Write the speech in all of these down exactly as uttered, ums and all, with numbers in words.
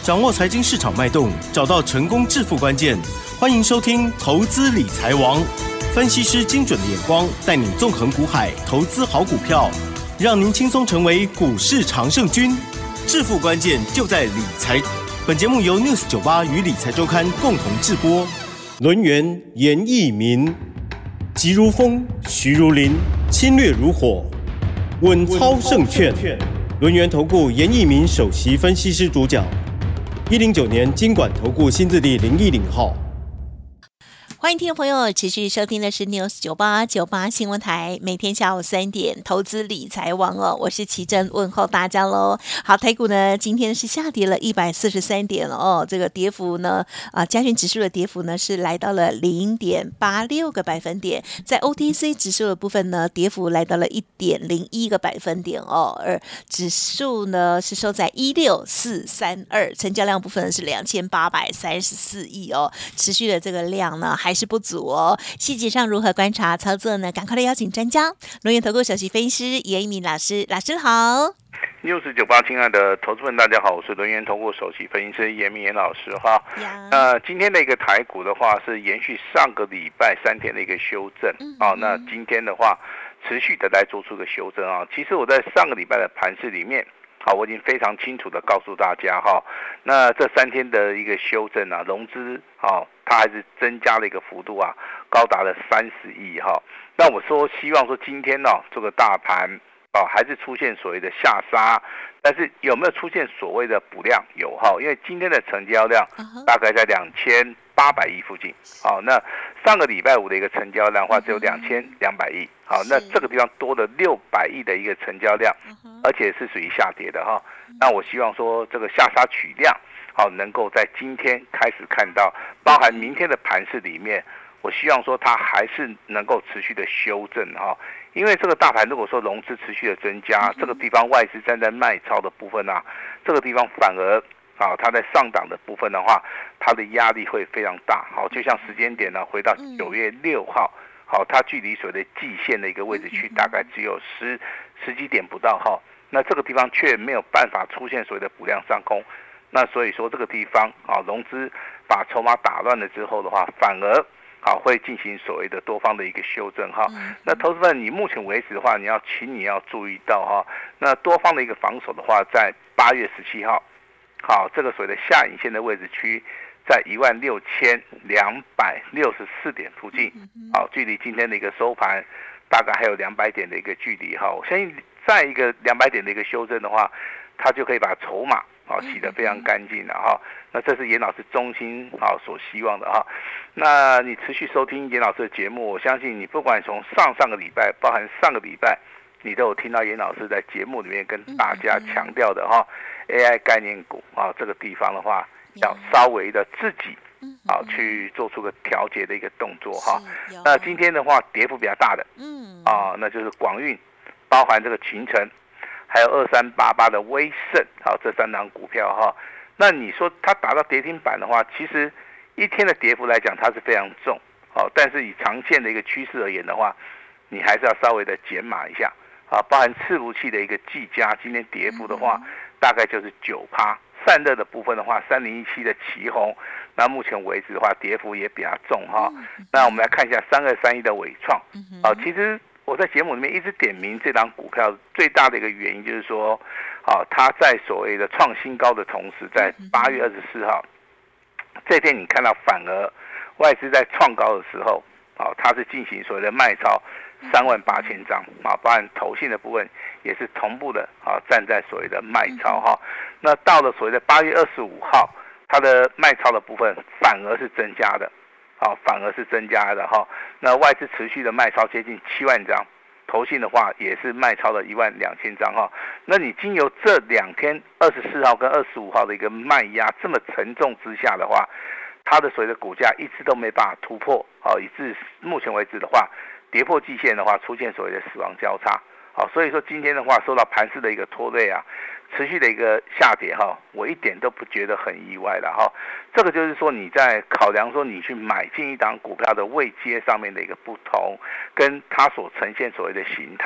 掌握财经市场脉动，找到成功致富关键。欢迎收听《投资理财王》，分析师精准的眼光，带你纵横股海，投资好股票，让您轻松成为股市常胜军。致富关键就在理财。本节目由 News 九十八与理财周刊共同制播。轮源严义民，急如风，徐如林，侵略如火，稳操胜券。轮源投顾严义民首席分析师主讲。一零九年金管投顾新字第零一零号。 欢迎听众朋友持续收听的是 News 九十八 九十八新闻台，每天下午三点投资理财王哦，我是奇珍，问候大家喽。好，台股呢今天是下跌了一百四十三点哦，这个跌幅呢啊，加权指数的跌幅呢是来到了 零点八六个百分点，在 O T C 指数的部分呢，跌幅来到了 一点零一个百分点哦，而指数呢是收在一六四三二，成交量部分是两千八百三十四亿哦，持续的这个量呢还是不足哦。细节上如何观察操作呢？赶快来邀请专家，轮源投顾首席分析师严义民老师，老师好。 News 九十八，亲爱的投资们，大家好，我是轮源投顾首席分析师严明严老师哈。那今天的一个台股的话，是延续上个礼拜三天的一个修正啊、哦。那今天的话，持续的来做出个修正啊。其实我在上个礼拜的盘势里面，好，我已经非常清楚的告诉大家哈。那这三天的一个修正啊，融资啊，它还是增加了一个幅度啊，高达了三十亿哈。那我说希望说今天呢、哦，这个大盘。哦，还是出现所谓的下杀，但是有没有出现所谓的补量？有哈，因为今天的成交量大概在两千八百亿附近。好，那上个礼拜五的一个成交量的话只有两千两百亿。好，那这个地方多了六百亿的一个成交量，而且是属于下跌的哈。那我希望说这个下杀取量，好，能够在今天开始看到，包含明天的盘势里面。我希望说它还是能够持续的修正哈，因为这个大盘如果说融资持续的增加，这个地方外资站在卖超的部分啊，这个地方反而啊它在上档的部分的话，它的压力会非常大。好，就像时间点呢，回到九月六号，好，它距离所谓的季线的一个位置区大概只有十十几点不到哈，那这个地方却没有办法出现所谓的补量上攻，那所以说这个地方啊融资把筹码打乱了之后的话，反而好，会进行所谓的多方的一个修正哈。那投资人，你目前为止的话，你要请你要注意到哈，那多方的一个防守的话，在八月十七号，好，这个所谓的下影线的位置区，在一万六千两百六十四点附近，好，距离今天的一个收盘大概还有两百点的一个距离哈。我相信，在一个两百点的一个修正的话，它就可以把筹码好洗得非常干净了哈。那这是严老师衷心啊所希望的哈。那你持续收听严老师的节目，我相信你不管从上上个礼拜，包含上个礼拜，你都有听到严老师在节目里面跟大家强调的哈 ，A I 概念股啊这个地方的话，要稍微的自己啊去做出个调节的一个动作哈。那今天的话，跌幅比较大的，啊，那就是广运，包含这个勤诚，还有二三八八的威盛，好，这三档股票哈。那你说它打到跌停板的话，其实一天的跌幅来讲，它是非常重，哦，但是以长线的一个趋势而言的话，你还是要稍微的减码一下，啊，包含伺服器的一个技嘉，今天跌幅的话，大概就是九趴，散热的部分的话，三零一七的奇鋐，那目前为止的话，跌幅也比较重哈。那我们来看一下三二三一的伟创，啊，其实我在节目里面一直点名这档股票最大的一个原因就是说，啊，它在所谓的创新高的同时，在八月二十四号这天，你看到反而外资在创高的时候，啊，它是进行所谓的卖超三万八千张，啊，包含投信的部分也是同步的啊，站在所谓的卖超哈。那到了所谓的八月二十五号，它的卖超的部分反而是增加的。好，反而是增加的哈。那外资持续的卖超接近七万张，投信的话也是卖超了一万两千张哈。那你经由这两天二十四号跟二十五号的一个卖压这么沉重之下的话，它的所谓的股价一直都没办法突破，好，以致目前为止的话，跌破季线的话出现所谓的死亡交叉。好，所以说今天的话受到盘势的一个拖累啊，持续的一个下跌哈，我一点都不觉得很意外了哈。这个就是说你在考量说你去买进一档股票的位阶上面的一个不同，跟它所呈现所谓的形态，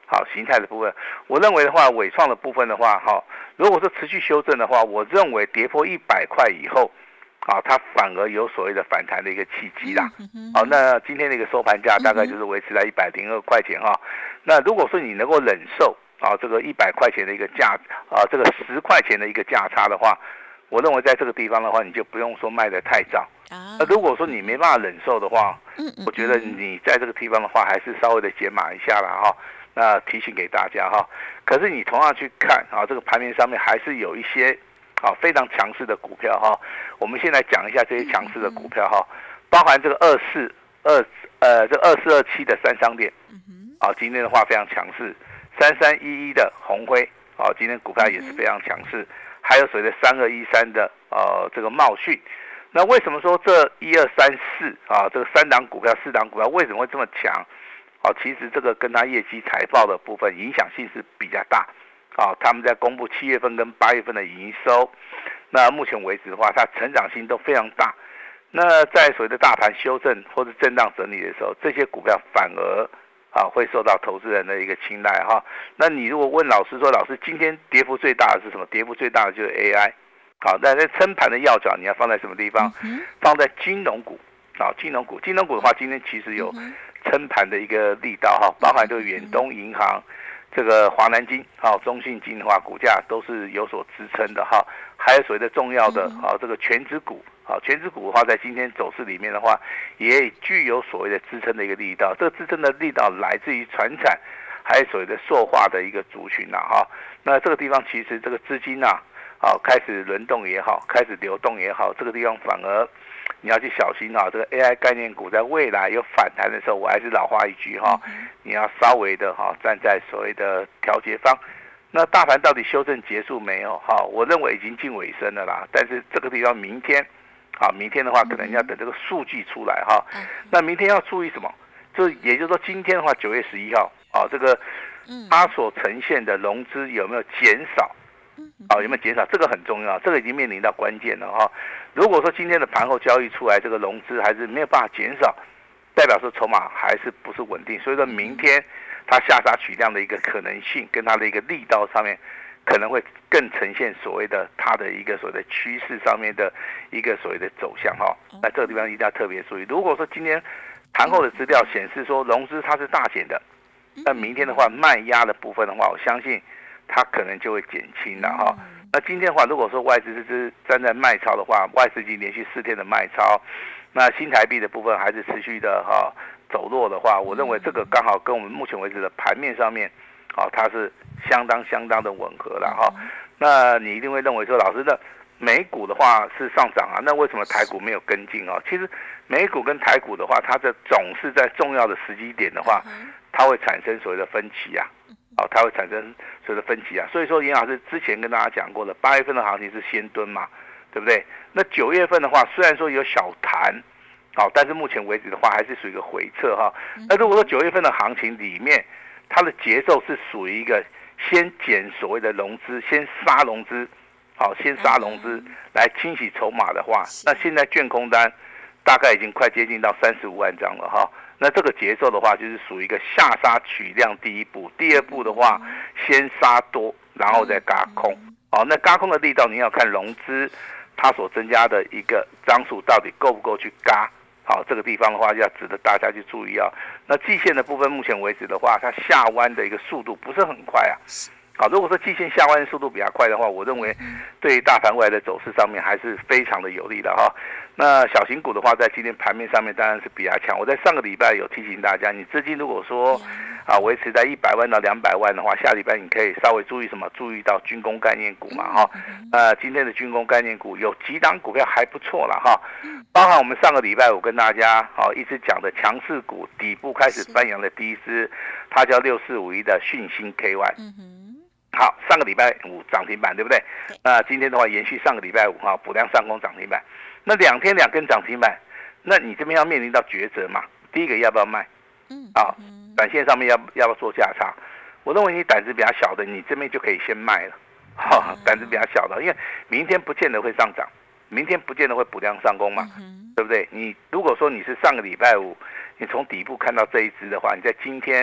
好，形态的部分，我认为的话，伟创的部分的话，哈，如果说持续修正的话，我认为跌破一百块以后，啊，它反而有所谓的反弹的一个契机啦。好，那今天的一个收盘价大概就是维持在一百零二块钱哈。那如果说你能够忍受啊这个一百块钱的一个价啊这个十块钱的一个价差的话，我认为在这个地方的话，你就不用说卖得太早。那如果说你没办法忍受的话，我觉得你在这个地方的话，还是稍微的减码一下啦哈。那提醒给大家哈。可是你同样去看啊，这个盘面上面还是有一些啊非常强势的股票哈。我们先来讲一下这些强势的股票哈，包含这个二四二呃这二四二七的三商店，啊今天的话非常强势，三三一一的鸿辉啊今天股票也是非常强势，还有所谓的三二一三的呃这个茂讯。那为什么说这一二三四啊这个三档股票四档股票为什么会这么强？啊，其实这个跟它业绩财报的部分影响性是比较大。啊，他们在公布七月份跟八月份的营收，那目前为止的话，它成长性都非常大。那在所谓的大盘修正或者震荡整理的时候，这些股票反而啊会受到投资人的一个青睐哈。那你如果问老师说，老师今天跌幅最大的是什么？跌幅最大的就是 A I。好，那在撑盘的要角你要放在什么地方？放在金融股啊，金融股，金融股的话，今天其实有撑盘的一个力道哈，包含这个远东银行、这个华南金、好中信金的话，股价都是有所支撑的哈。还有所谓的重要的啊，这个全指股啊，全指股的话，在今天走势里面的话，也具有所谓的支撑的一个力道。这个支撑的力道来自于传产，还有所谓的塑化的一个族群呐哈。那这个地方其实这个资金呐。好，开始轮动也好，开始流动也好，这个地方反而你要去小心哈。这个 A I 概念股在未来有反弹的时候，我还是老话一句哈，你要稍微的哈站在所谓的调节方。那大盘到底修正结束没有？哈，我认为已经近尾声了啦。但是这个地方明天，啊，明天的话可能要等这个数据出来哈。那明天要注意什么？就也就是说今天的话，九月十一号，啊，这个它所呈现的融资有没有减少？好，有没有减少？这个很重要，这个已经面临到关键了哈。如果说今天的盘后交易出来，这个融资还是没有办法减少，代表说筹码还是不是稳定，所以说明天它下杀取量的一个可能性跟它的一个力道上面，可能会更呈现所谓的它的一个所谓的趋势上面的一个所谓的走向哈。那这个地方一定要特别注意。如果说今天盘后的资料显示说融资它是大减的，那明天的话卖压的部分的话，我相信它可能就会减轻了哈。那今天的话，如果说外资是站在卖超的话，外资已经连续四天的卖超，那新台币的部分还是持续的哈走弱的话，我认为这个刚好跟我们目前为止的盘面上面，啊它是相当相当的吻合了哈。那你一定会认为说，老师的美股的话是上涨啊，那为什么台股没有跟进啊？其实美股跟台股的话，它的总是在重要的时机点的话，它会产生所谓的分歧啊。哦，它会产生所谓的分歧啊，所以说严老师之前跟大家讲过了，八月份的行情是先蹲嘛，对不对？那九月份的话，虽然说有小弹，好、哦，但是目前为止的话还是属于一个回撤哈。那如果说九月份的行情里面，它的节奏是属于一个先减所谓的融资，先杀融资，好、哦，先杀融资来清洗筹码的话，那现在券空单大概已经快接近到三十五万张了哈。那这个节奏的话，就是属于一个下杀取量第一步，第二步的话，先杀多，然后再軋空。好，那軋空的力道，你要看融资它所增加的一个张数到底够不够去軋。好，这个地方的话，要值得大家去注意啊。那季线的部分，目前为止的话，它下弯的一个速度不是很快啊。好，如果说季线下弯速度比较快的话，我认为对大盘未来的走势上面还是非常的有利的哈。那小型股的话，在今天盘面上面当然是比较强。我在上个礼拜有提醒大家，你资金如果说啊维持在一百万到两百万的话，下礼拜你可以稍微注意什么？注意到军工概念股嘛哈。呃，今天的军工概念股有几档股票还不错了哈，包含我们上个礼拜我跟大家啊一直讲的强势股底部开始翻扬的第一支，它叫六四五一的讯芯 K Y。好，上个礼拜五涨停板，对不对？那今天的话，延续上个礼拜五哈，补量上攻涨停板。那两天两根涨停板，那你这边要面临到抉择嘛？第一个要不要卖？嗯，啊，短线上面要要不要做价差？我认为你胆子比较小的，你这边就可以先卖了。好、哦，胆子比较小的，因为明天不见得会上涨，明天不见得会补量上攻嘛，对不对？你如果说你是上个礼拜五，你从底部看到这一支的话，你在今天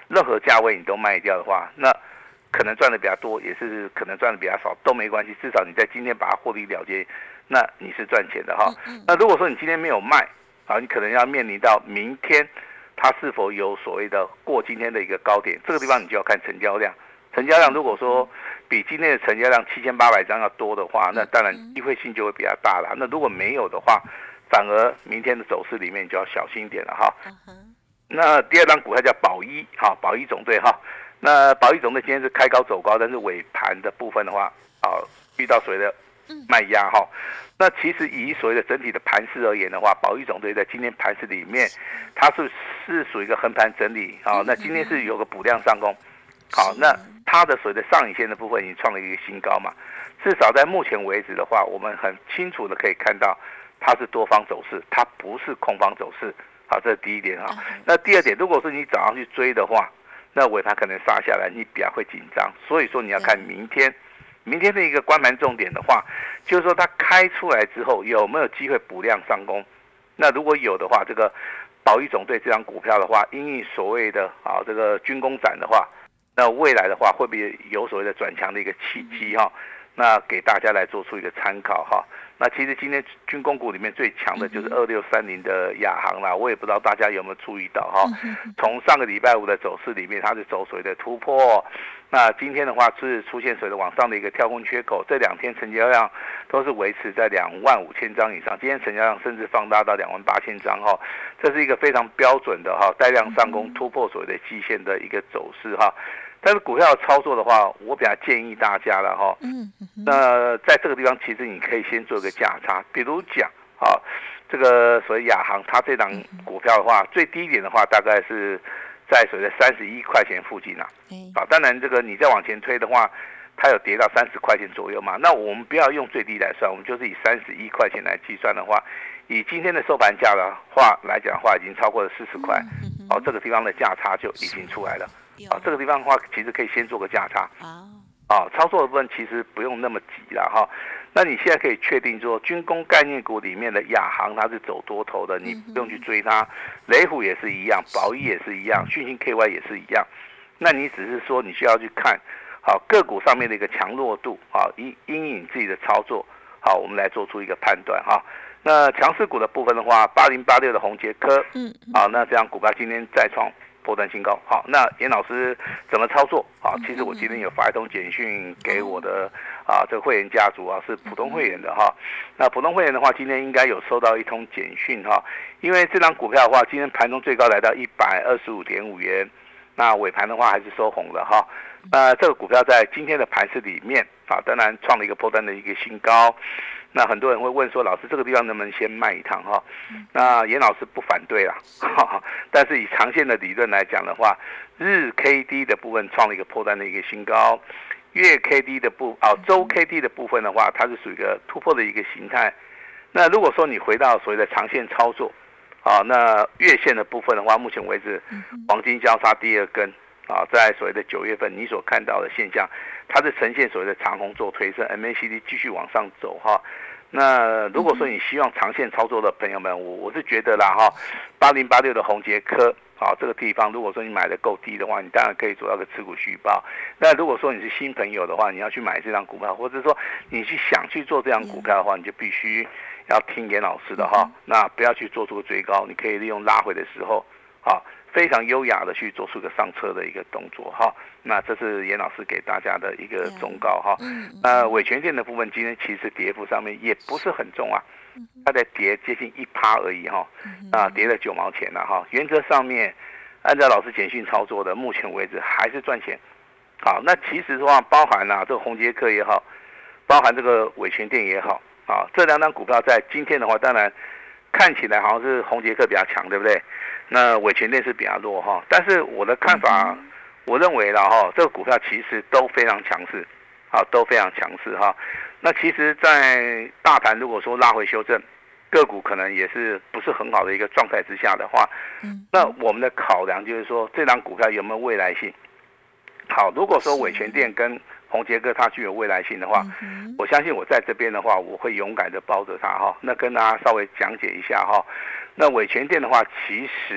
任何价位你都卖掉的话，那可能赚的比较多，也是可能赚的比较少，都没关系，至少你在今天把它获利了结，那你是赚钱的哈。那如果说你今天没有卖，啊，你可能要面临到明天它是否有所谓的过今天的一个高点，这个地方你就要看成交量。成交量如果说比今天的成交量七千八百张要多的话，那当然机会性就会比较大了。那如果没有的话，反而明天的走势里面你就要小心一点了哈。那第二张股票叫宝一，哈，宝一总队哈。那宝一总队今天是开高走高，但是尾盘的部分的话，啊，遇到所谓的卖压哈。那其实以所谓的整体的盘势而言的话，宝一总队在今天盘势里面，它是是属于一个横盘整理啊。那今天是有个补量上攻，好，那它的所谓的上影线的部分已经创了一个新高嘛。至少在目前为止的话，我们很清楚的可以看到，它是多方走势，它不是空方走势。好，这是第一点哈。那第二点，如果说你早上去追的话，那尾盘可能杀下来，你比较会紧张。所以说你要看明天，明天的一个关盘重点的话，就是说它开出来之后有没有机会补量上攻。那如果有的话，这个宝一总队这张股票的话，因应所谓的啊这个军工展的话，那未来的话会不会有所谓的转强的一个契机哈？那给大家来做出一个参考哈。那其实今天军工股里面最强的就是二六三零的亚航啦，我也不知道大家有没有注意到哈。从上个礼拜五的走势里面，它是走所谓的突破。那今天的话是出现所谓的往上的一个跳空缺口，这两天成交量都是维持在两万五千张以上，今天成交量甚至放大到两万八千张哈，这是一个非常标准的哈带量上攻突破所谓的季线的一个走势哈。但是股票的操作的话，我比较建议大家了哈。嗯，那在这个地方，其实你可以先做一个价差，比如讲啊，这个所谓亚航，它这档股票的话，最低点的话大概是在所谓的三十一块钱附近啊。啊，当然这个你再往前推的话，它有跌到三十块钱左右嘛。那我们不要用最低来算，我们就是以三十一块钱来计算的话，以今天的收盘价的话来讲的话，已经超过了四十块。哦，这个地方的价差就已经出来了。啊，这个地方的话，其实可以先做个价差。啊，操作的部分其实不用那么急了哈。那你现在可以确定说，军工概念股里面的亚航它是走多头的，你不用去追它。雷虎也是一样，宝一也是一样，讯星 K Y 也是一样。那你只是说你需要去看，好个股上面的一个强弱度，好因因应自己的操作，好我们来做出一个判断哈。那强势股的部分的话，八零八六的宏捷科，嗯，好，那这样股票今天再创波段新高。好，那严老师怎么操作？啊，其实我今天有发一通简讯给我的啊这个会员家族啊，是普通会员的哈。那普通会员的话，今天应该有收到一通简讯哈，因为这张股票的话，今天盘中最高来到一百二十五点五元，那尾盘的话还是收红的哈。那这个股票在今天的盘势里面啊，当然创了一个波段的一个新高。那很多人会问说，老师这个地方能不能先卖一趟哈？那严老师不反对啦，但是以长线的理论来讲的话，日 K D 的部分创了一个波段的一个新高，月 K D 的部啊周 K D 的部分的话，它是属于一个突破的一个形态。那如果说你回到所谓的长线操作，啊，那月线的部分的话，目前为止黄金交叉第二根啊，在所谓的九月份你所看到的现象，它是呈现所谓的长红做推升 ，M A C D 继续往上走哈。那如果说你希望长线操作的朋友们，我我是觉得啦哈，八零八六的宏捷科啊这个地方，如果说你买的够低的话，你当然可以做到个持股续报。那如果说你是新朋友的话，你要去买这张股票，或者说你去想去做这张股票的话，你就必须要听严老师的哈。那不要去做出个追高，你可以利用拉回的时候啊，非常优雅的去做出个上车的一个动作哈。那这是严老师给大家的一个忠告哈。呃，伟全电的部分今天其实跌幅上面也不是很重啊，它在跌接近一趴而已哈。啊，跌了九毛钱了哈。原则上面按照老师简讯操作的，目前为止还是赚钱。好，那其实的话，包含啊这个宏捷科也好，包含这个伟全电也好啊，这两档股票在今天的话，当然看起来好像是宏捷科比较强，对不对？那伟全电是比较弱哈。但是我的看法，我认为啦哈，这个股票其实都非常强势，啊，都非常强势哈。那其实，在大盘如果说拉回修正，个股可能也是不是很好的一个状态之下的话，那我们的考量就是说，这档股票有没有未来性？好，如果说伟全电跟宏捷科它具有未来性的话，我相信我在这边的话，我会勇敢的抱着它哈。那跟大家稍微讲解一下哈。那伟全电的话，其实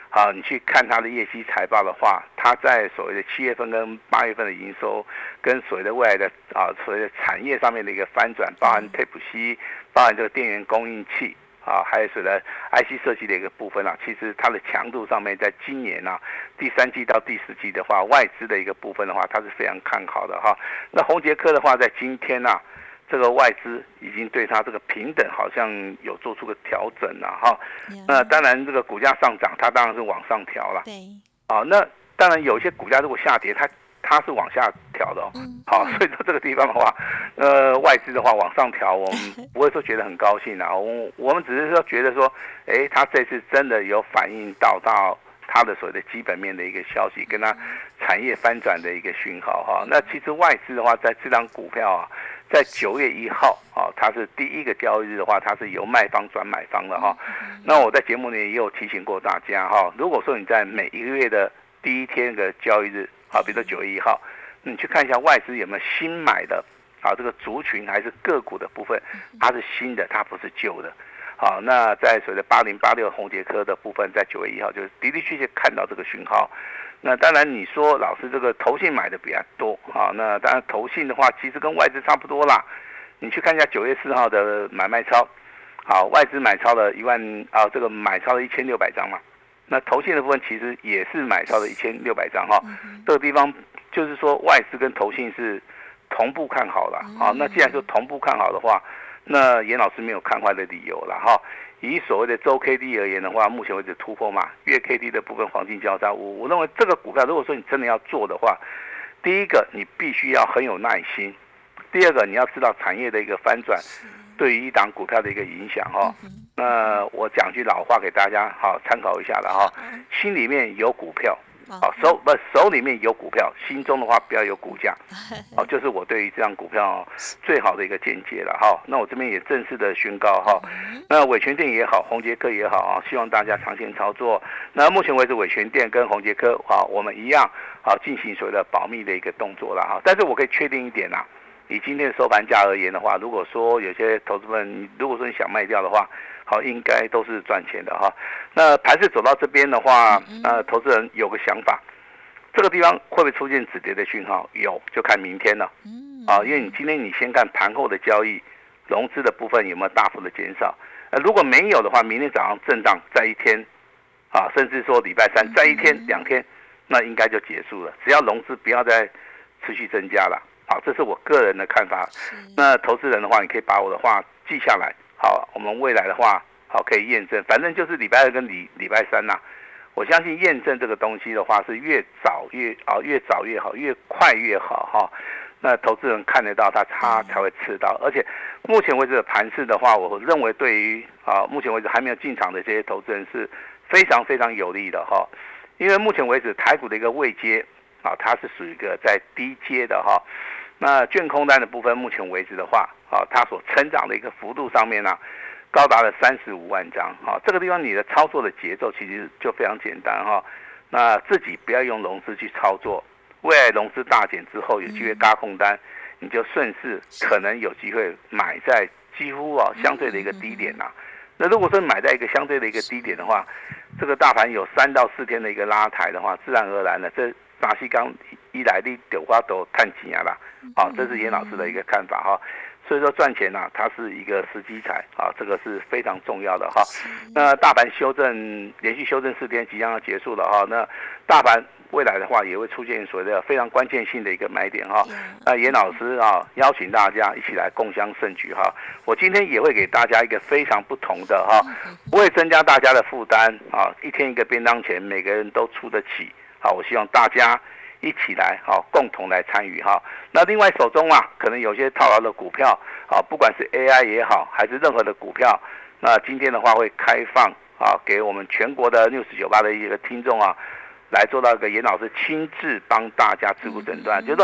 好，你去看它的业绩财报的话，它在所谓的七月份跟八月份的营收，跟所谓的未来的啊所谓的产业上面的一个翻转，包含 Type C， 包含这个电源供应器啊，还有所谓的 I C 设计的一个部分啊，其实它的强度上面，在今年啊第三季到第四季的话，外资的一个部分的话，它是非常看好的哈。那宏捷科的话，在今天啊。这个外资已经对它这个平等好像有做出个调整了哈，那当然这个股价上涨，它当然是往上调了。 对， 啊，那当然有些股价如果下跌，它它是往下调的哦。好，所以说这个地方的话，呃，外资的话往上调，我们不会说觉得很高兴啊，我我们只是说觉得说，哎，它这次真的有反映到到它的所谓的基本面的一个消息，跟它产业翻转的一个讯号哈。那其实外资的话，在这张股票啊。在九月一号啊，它是第一个交易日的话，它是由卖方转买方的哈。那我在节目里也有提醒过大家哈，如果说你在每一个月的第一天的交易日啊，比如说九月一号，你去看一下外资有没有新买的啊，这个族群还是个股的部分，它是新的，它不是旧的。好，那在所谓的八零八六宏捷科的部分，在九月一号就是的的确确看到这个讯号。那当然，你说老师这个投信买的比较多啊，那当然投信的话，其实跟外资差不多啦。你去看一下九月四号的买卖超，好，外资买超了一万啊，这个买超了一千六百张嘛。那投信的部分其实也是买超了一千六百张哈。这个地方就是说外资跟投信是同步看好了啊。那既然说同步看好的话，那严老师没有看坏的理由了哈。以所谓的周 K D 而言的话，目前为止突破嘛，月 K D 的部分黄金交叉，我我认为这个股票，如果说你真的要做的话，第一个你必须要很有耐心，第二个你要知道产业的一个翻转对于一档股票的一个影响哈。那我讲句老话给大家好参考一下了哈，心里面有股票。好，手不手里面有股票，心中的话不要有股价，好，就是我对于这张股票最好的一个见解了哈。那我这边也正式的宣告哈，那伟全电也好，宏捷科也好啊，希望大家长线操作。那目前为止，伟全电跟宏捷科啊，我们一样好进行所谓的保密的一个动作了哈。但是我可以确定一点啦，以今天的收盘价而言的话，如果说有些投资们，如果说你想卖掉的话，好，应该都是赚钱的哈。那盘势走到这边的话，呃，投资人有个想法，这个地方会不会出现止跌的讯号？有，就看明天了。啊，因为你今天你先看盘后的交易，融资的部分有没有大幅的减少？呃，如果没有的话，明天早上震荡再一天，啊，甚至说礼拜三再一天、两天，那应该就结束了。只要融资不要再持续增加了，好，这是我个人的看法。那投资人的话，你可以把我的话记下来。好，我们未来的话，好可以验证，反正就是礼拜二跟礼礼拜三呐、啊。我相信验证这个东西的话，是越早越啊，越早越好，越快越好哈。那投资人看得到，他他才会吃到。而且目前为止的盘势的话，我认为对于啊目前为止还没有进场的这些投资人是非常非常有利的哈。因为目前为止台股的一个位阶啊，它是属于一个在低阶的哈。那券空单的部分，目前为止的话，啊，它所成长的一个幅度上面呢、啊，高达了三十五万张，哈、啊，这个地方你的操作的节奏其实就非常简单哈、啊。那自己不要用融资去操作，未来融资大减之后有机会軋空单，你就顺势可能有机会买在几乎啊相对的一个低点呐、啊。那如果说买在一个相对的一个低点的话，这个大盘有三到四天的一个拉抬的话，自然而然的这大西刚一来你丢花都看钱啦。好，这是严老师的一个看法哈，所以说赚钱啊，它是一个时机财啊，这个是非常重要的哈。那大盘修正连续修正四天，即将要结束了哈。那大盘未来的话也会出现所谓的非常关键性的一个买点哈。那严老师啊，邀请大家一起来共襄盛举哈。我今天也会给大家一个非常不同的哈，不会增加大家的负担啊，一天一个便当钱，每个人都出得起。好，我希望大家一起来，好，共同来参与哈。那另外手中啊，可能有些套牢的股票啊，不管是 A I 也好，还是任何的股票，那今天的话会开放啊，给我们全国的六四九八的一个听众啊，来做到一个严老师亲自帮大家持股诊断，就是说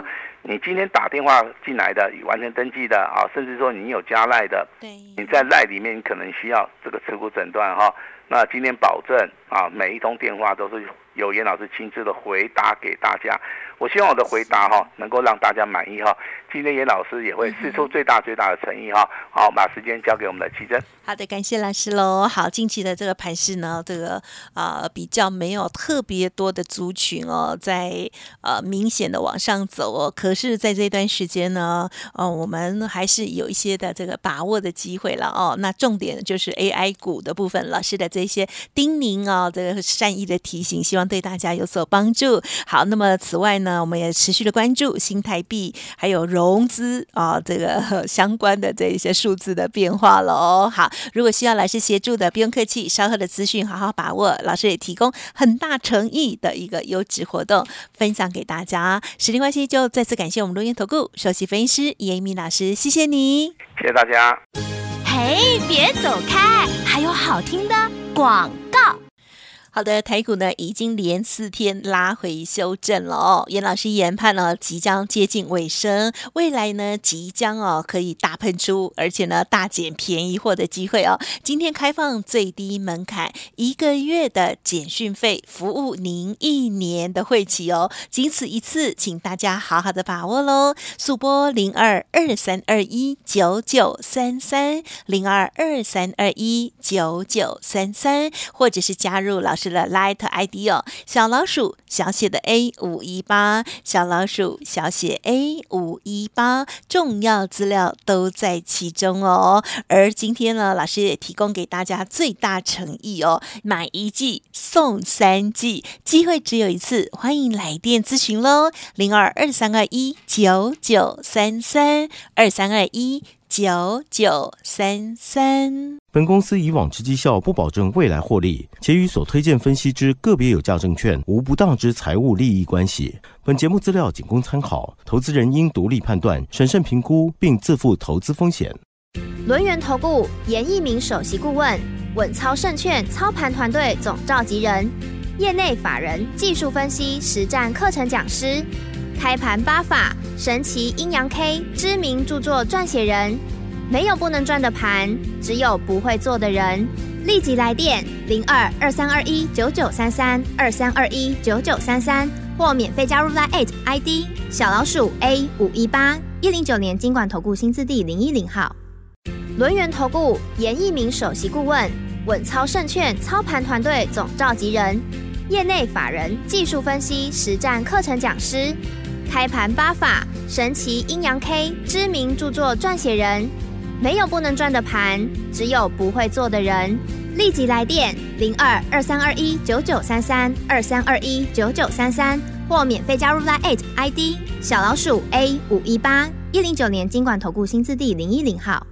你今天打电话进来的，完成登记的啊，甚至说你有加赖的， 对， 你在赖里面你可能需要这个持股诊断哈。那今天保证啊，每一通电话都是由严老师亲自的回答给大家。我希望我的回答哈能够让大家满意哈。今天严老师也会释出最大最大的诚意哈。好，把时间交给我们的奇珍。 好的，感谢老师喽。好，近期的这个盘势呢，这个呃比较没有特别多的族群哦，在呃明显的往上走哦。可是，在这段时间呢，呃，我们还是有一些的这个把握的机会了哦。那重点就是 A I 股的部分，老师的这些叮咛哦，这个善意的提醒，希望对大家有所帮助。好，那么此外呢，我们也持续的关注新台币还有融资啊、哦、这个相关的这一些数字的变化了哦。好，如果需要老师协助的，不用客气，稍后的资讯好好把握。老师也提供很大诚意的一个优质活动分享给大家。时间关系，就再次感谢我们录音投顾首席分析师严明老师，谢谢你， 谢谢大家。 嘿，别走开，还有好听的广告。 好的，台股呢已经连四天拉回修正了哦。严老师研判呢即将接近尾声，未来呢即将哦可以大喷出，而且呢大捡便宜货的机会哦。今天开放最低门槛一个月的简讯费，服务您一年的会期哦，仅此一次，请大家好好的把握喽。速拨零二二三二一九九三三零二二三二一九九三三，或者是加入老师的 Light I D 哦，小老鼠小写的 A 五一八，小老鼠小写 A 五一八，重要资料都在其中哦。而今天呢，老师也提供给大家最大诚意哦，买一季送三季，机会只有一次，欢迎来电咨询喽，零二二三二一九九三三二三二一九九三三。 本公司以往之绩效不保证未来获利，且与所推荐分析之个别有价证券无不当之财务利益关系。本节目资料仅供参考，投资人应独立判断、审慎评估，并自负投资风险。 轮源投顾严义民首席顾问，稳操胜券操盘团队总召集人，业内法人技术分析实战课程讲师，开盘八法神奇阴阳 K 知名著作撰写人。没有不能赚的盘，只有不会做的人。立即来电零二二三二一九九三三二三二一九九三三，或免费加入 Line I D 小老鼠 A 五一八，一零九年金管投顾新字第零一零号。轮源投顾严义民首席顾问，稳操胜券操盘团队总召集人，业内法人技术分析实战课程讲师，开盘八法神奇阴阳 K 知名著作撰写人。没有不能赚的盘，只有不会做的人。立即来电零二二三二一九九三三二三二一九九三三，或免费加入 Line I D 小老鼠 A 五一八，一零九年金管投顾新字第零一零号。